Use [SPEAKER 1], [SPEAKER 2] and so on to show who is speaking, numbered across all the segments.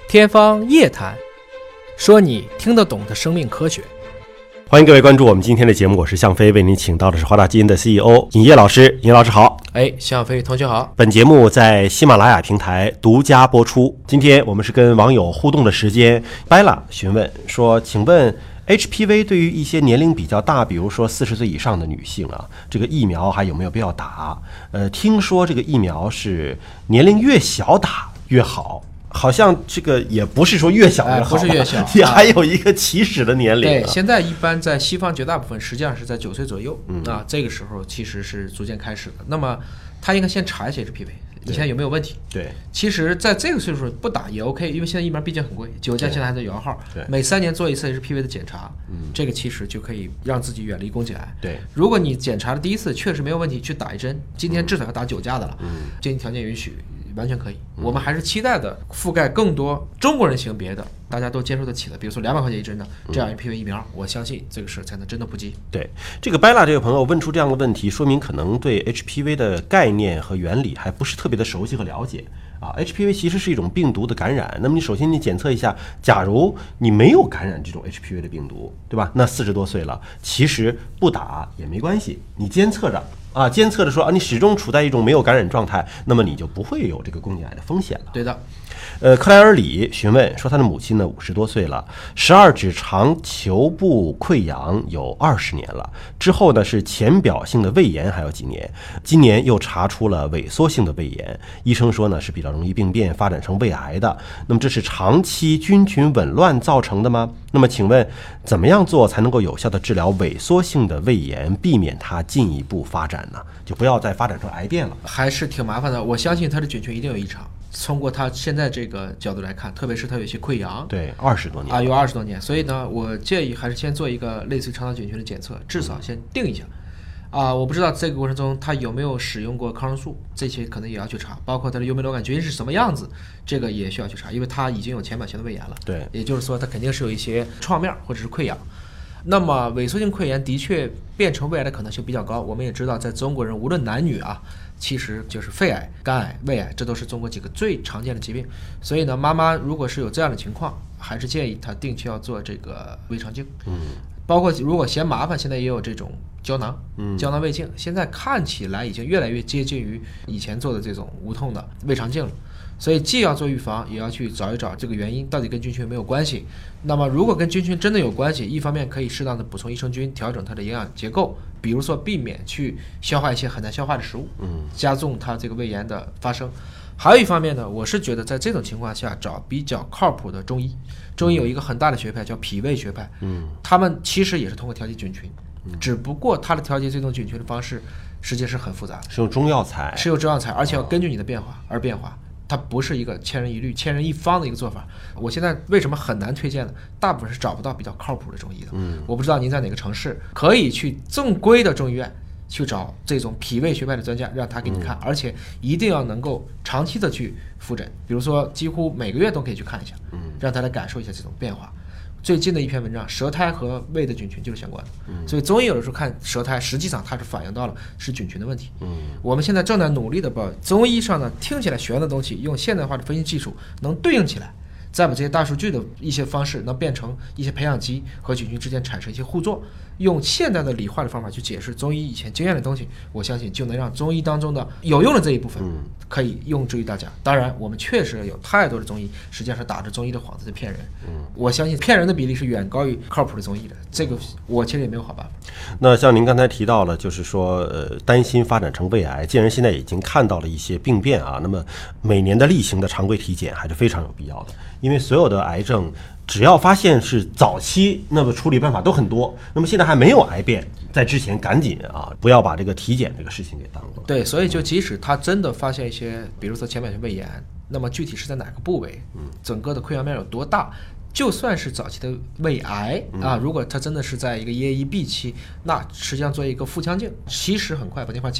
[SPEAKER 1] 天方夜谭，说你听得懂的生命科学。
[SPEAKER 2] 欢迎各位关注我们今天的节目，我是向飞，为您请到的是华大基因的 CEO 尹烨老师。尹老师好。
[SPEAKER 1] 向飞同学好。
[SPEAKER 2] 本节目在喜马拉雅平台独家播出。今天我们是跟网友互动的时间。Bella 询问说，请问 HPV 对于一些年龄比较大，比如说40岁以上的女性啊，这个疫苗还有没有必要打？听说这个疫苗是年龄越小打越好，好像这个也不是说越小越好，
[SPEAKER 1] 不是越小，
[SPEAKER 2] 也还有一个起始的年龄。
[SPEAKER 1] 对，现在一般在西方绝大部分实际上是在9岁左右，这个时候其实是逐渐开始的。那么他应该先查一下 HPV， 你现在有没有问题？
[SPEAKER 2] 对，
[SPEAKER 1] 其实在这个岁数不打也 OK， 因为现在疫苗毕竟很贵，9价现在还在摇号，每3年做一次 HPV 的检查，这个其实就可以让自己远离宫颈癌。
[SPEAKER 2] 对，
[SPEAKER 1] 如果你检查的第一次确实没有问题，去打一针，今天至少要打9价的了，经济条件允许，完全可以。我们还是期待的覆盖更多中国人型别的大家都接受得起的，比如说200块钱一针的这样 HPV 疫苗，我相信这个事才能真的普及。
[SPEAKER 2] 对，这个 Bella 这个朋友问出这样的问题，说明可能对 HPV 的概念和原理还不是特别的熟悉和了解啊。HPV 其实是一种病毒的感染，那么你首先你检测一下，假如你没有感染这种 HPV 的病毒，对吧？那40多岁了，其实不打也没关系，你监测着啊，监测着说啊，你始终处在一种没有感染状态，那么你就不会有这个宫颈癌的风险了。
[SPEAKER 1] 对的。
[SPEAKER 2] 克莱尔里询问说，他的母亲呢50多岁了，12指肠球部溃疡有20年了，之后呢是浅表性的胃炎还有几年，今年又查出了萎缩性的胃炎，医生说呢是比较容易病变发展成胃癌的。那么这是长期菌群紊乱造成的吗？那么请问怎么样做才能够有效的治疗萎缩性的胃炎，避免它进一步发展呢？就不要再发展成癌变了。
[SPEAKER 1] 还是挺麻烦的，我相信它的菌群一定有异常。通过它现在这个角度来看，特别是它有一些溃疡，
[SPEAKER 2] 对，20多年
[SPEAKER 1] 啊，有20多年，所以呢，我建议还是先做一个类似于肠道菌群的检测，至少先定一下。我不知道这个过程中他有没有使用过抗生素，这些可能也要去查，包括他的幽门螺杆菌是什么样子，这个也需要去查，因为他已经有浅表性的胃炎了。
[SPEAKER 2] 对，
[SPEAKER 1] 也就是说他肯定是有一些创面或者是溃疡。那么萎缩性溃疡的确变成胃癌的可能性比较高，我们也知道在中国人无论男女啊，其实就是肺癌、肝癌、胃癌，这都是中国几个最常见的疾病。所以呢，妈妈如果是有这样的情况，还是建议她定期要做这个胃肠镜。包括如果嫌麻烦，现在也有这种胶囊，胶囊胃镜，现在看起来已经越来越接近于以前做的这种无痛的胃肠镜了。所以既要做预防，也要去找一找这个原因到底跟菌群有没有关系。那么如果跟菌群真的有关系，一方面可以适当的补充益生菌，调整它的营养结构，比如说避免去消化一些很难消化的食物，加重它这个胃炎的发生。还有一方面呢，我是觉得在这种情况下找比较靠谱的中医。中医有一个很大的学派叫脾胃学派，他们其实也是通过调节菌群，只不过它的调节这种菌群的方式实际是很复杂的，
[SPEAKER 2] 是用中药材，
[SPEAKER 1] 而且要根据你的变化而变化。它不是一个千人一律、千人一方的一个做法。我现在为什么很难推荐呢？大部分是找不到比较靠谱的中医的。我不知道您在哪个城市，可以去正规的中医院去找这种脾胃学派的专家，让他给你看，而且一定要能够长期的去复诊，比如说几乎每个月都可以去看一下，让他来感受一下这种变化。最近的一篇文章，舌苔和胃的菌群就是相关的，所以中医有的时候看舌苔，实际上它是反映到了是菌群的问题。我们现在正在努力的把中医上呢听起来玄的东西，用现代化的分析技术能对应起来，再把这些大数据的一些方式能变成一些培养基和菌群之间产生一些互作，用现代的理化的方法去解释中医以前经验的东西，我相信就能让中医当中的有用的这一部分可以用之于大家。当然我们确实有太多的中医实际上是打着中医的幌子在骗人，我相信骗人的比例是远高于靠谱的中医的，这个我其实也没有好办法。
[SPEAKER 2] 那像您刚才提到了，就是说担心发展成胃癌，既然现在已经看到了一些病变啊，那么每年的例行的常规体检还是非常有必要的，因为所有的癌症只要发现是早期，那么处理办法都很多。那么现在还没有癌变，在之前赶紧不要把这个体检这个事情给耽误了。
[SPEAKER 1] 对，所以就即使他真的发现一些，比如说浅表性胃炎，那么具体是在哪个部位，整个的溃疡面有多大，就算是早期的胃癌如果它真的是在一个 A1B 期，那实际上做一个腹腔镜，其实很快把那块切了，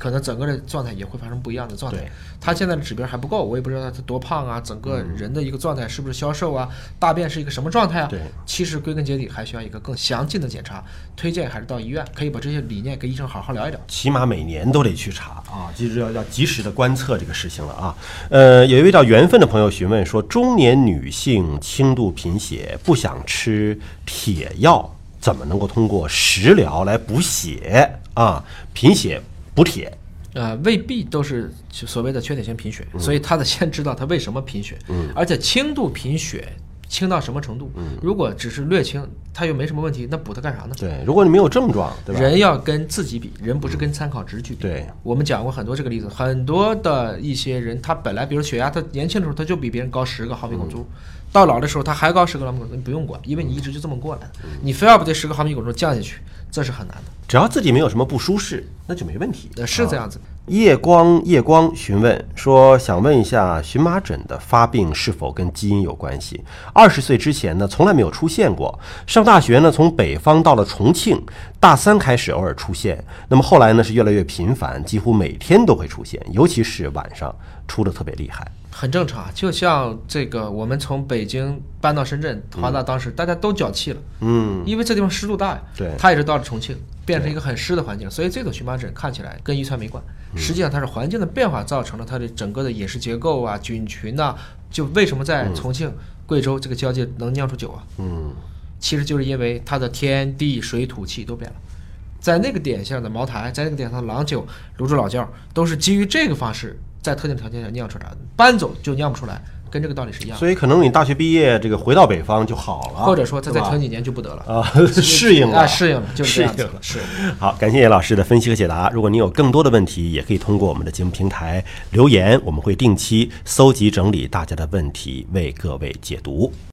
[SPEAKER 1] 可能整个的状态也会发生不一样的状态
[SPEAKER 2] 对。
[SPEAKER 1] 他现在的指标还不够，我也不知道他多胖啊，整个人的一个状态是不是消瘦啊，大便是一个什么状态啊？
[SPEAKER 2] 对，
[SPEAKER 1] 其实归根结底还需要一个更详尽的检查，推荐还是到医院，可以把这些理念跟医生好好聊一聊。
[SPEAKER 2] 起码每年都得去查啊，就是要及时的观测这个事情了啊。有一位叫缘分的朋友询问说，中年女性轻度贫血不想吃铁药，怎么能够通过食疗来补血啊？贫血补铁。
[SPEAKER 1] 未必都是所谓的缺铁性贫血，所以他得先知道他为什么贫血，而且轻度贫血轻到什么程度？如果只是略轻，他又没什么问题，那补它干啥呢？
[SPEAKER 2] 对，如果你没有症状，对吧？
[SPEAKER 1] 人要跟自己比，人不是跟参考值去比。
[SPEAKER 2] 对，
[SPEAKER 1] 我们讲过很多这个例子，很多的一些人，他本来比如血压，他年轻的时候他就比别人高10个毫米汞柱，到老的时候他还高10个毫米汞柱，你不用管，因为你一直就这么过来的，你非要把这10个毫米汞柱降下去，这是很难的。
[SPEAKER 2] 只要自己没有什么不舒适，那就没问题。
[SPEAKER 1] 是这样子。
[SPEAKER 2] 夜光询问说，想问一下荨麻疹的发病是否跟基因有关系？20岁之前呢，从来没有出现过。上大学呢，从北方到了重庆，大3开始偶尔出现，那么后来呢是越来越频繁，几乎每天都会出现，尤其是晚上出的特别厉害。
[SPEAKER 1] 很正常，就像这个我们从北京搬到深圳，华大当时大家都脚气了，因为这地方湿度大呀，
[SPEAKER 2] 对，
[SPEAKER 1] 他也是到了重庆，变成一个很湿的环境，所以这种荨麻疹看起来跟遗传没关，实际上它是环境的变化造成了它的整个的饮食结构啊、菌群啊，就为什么在重庆、贵州这个交界能酿出酒啊？其实就是因为它的天地水土气都变了。在那个点上的茅台，在那个点上的郎酒、泸州老窖，都是基于这个方式在特定条件下酿出来的，搬走就酿不出来，跟这个道理是一样的。
[SPEAKER 2] 所以可能你大学毕业这个回到北方就好了，
[SPEAKER 1] 或者说再停几年就不得了
[SPEAKER 2] 啊，适应了，
[SPEAKER 1] 适应了，就是这样子了。是。
[SPEAKER 2] 好，感谢叶老师的分析和解答。如果您有更多的问题，也可以通过我们的节目平台留言，我们会定期搜集整理大家的问题，为各位解读。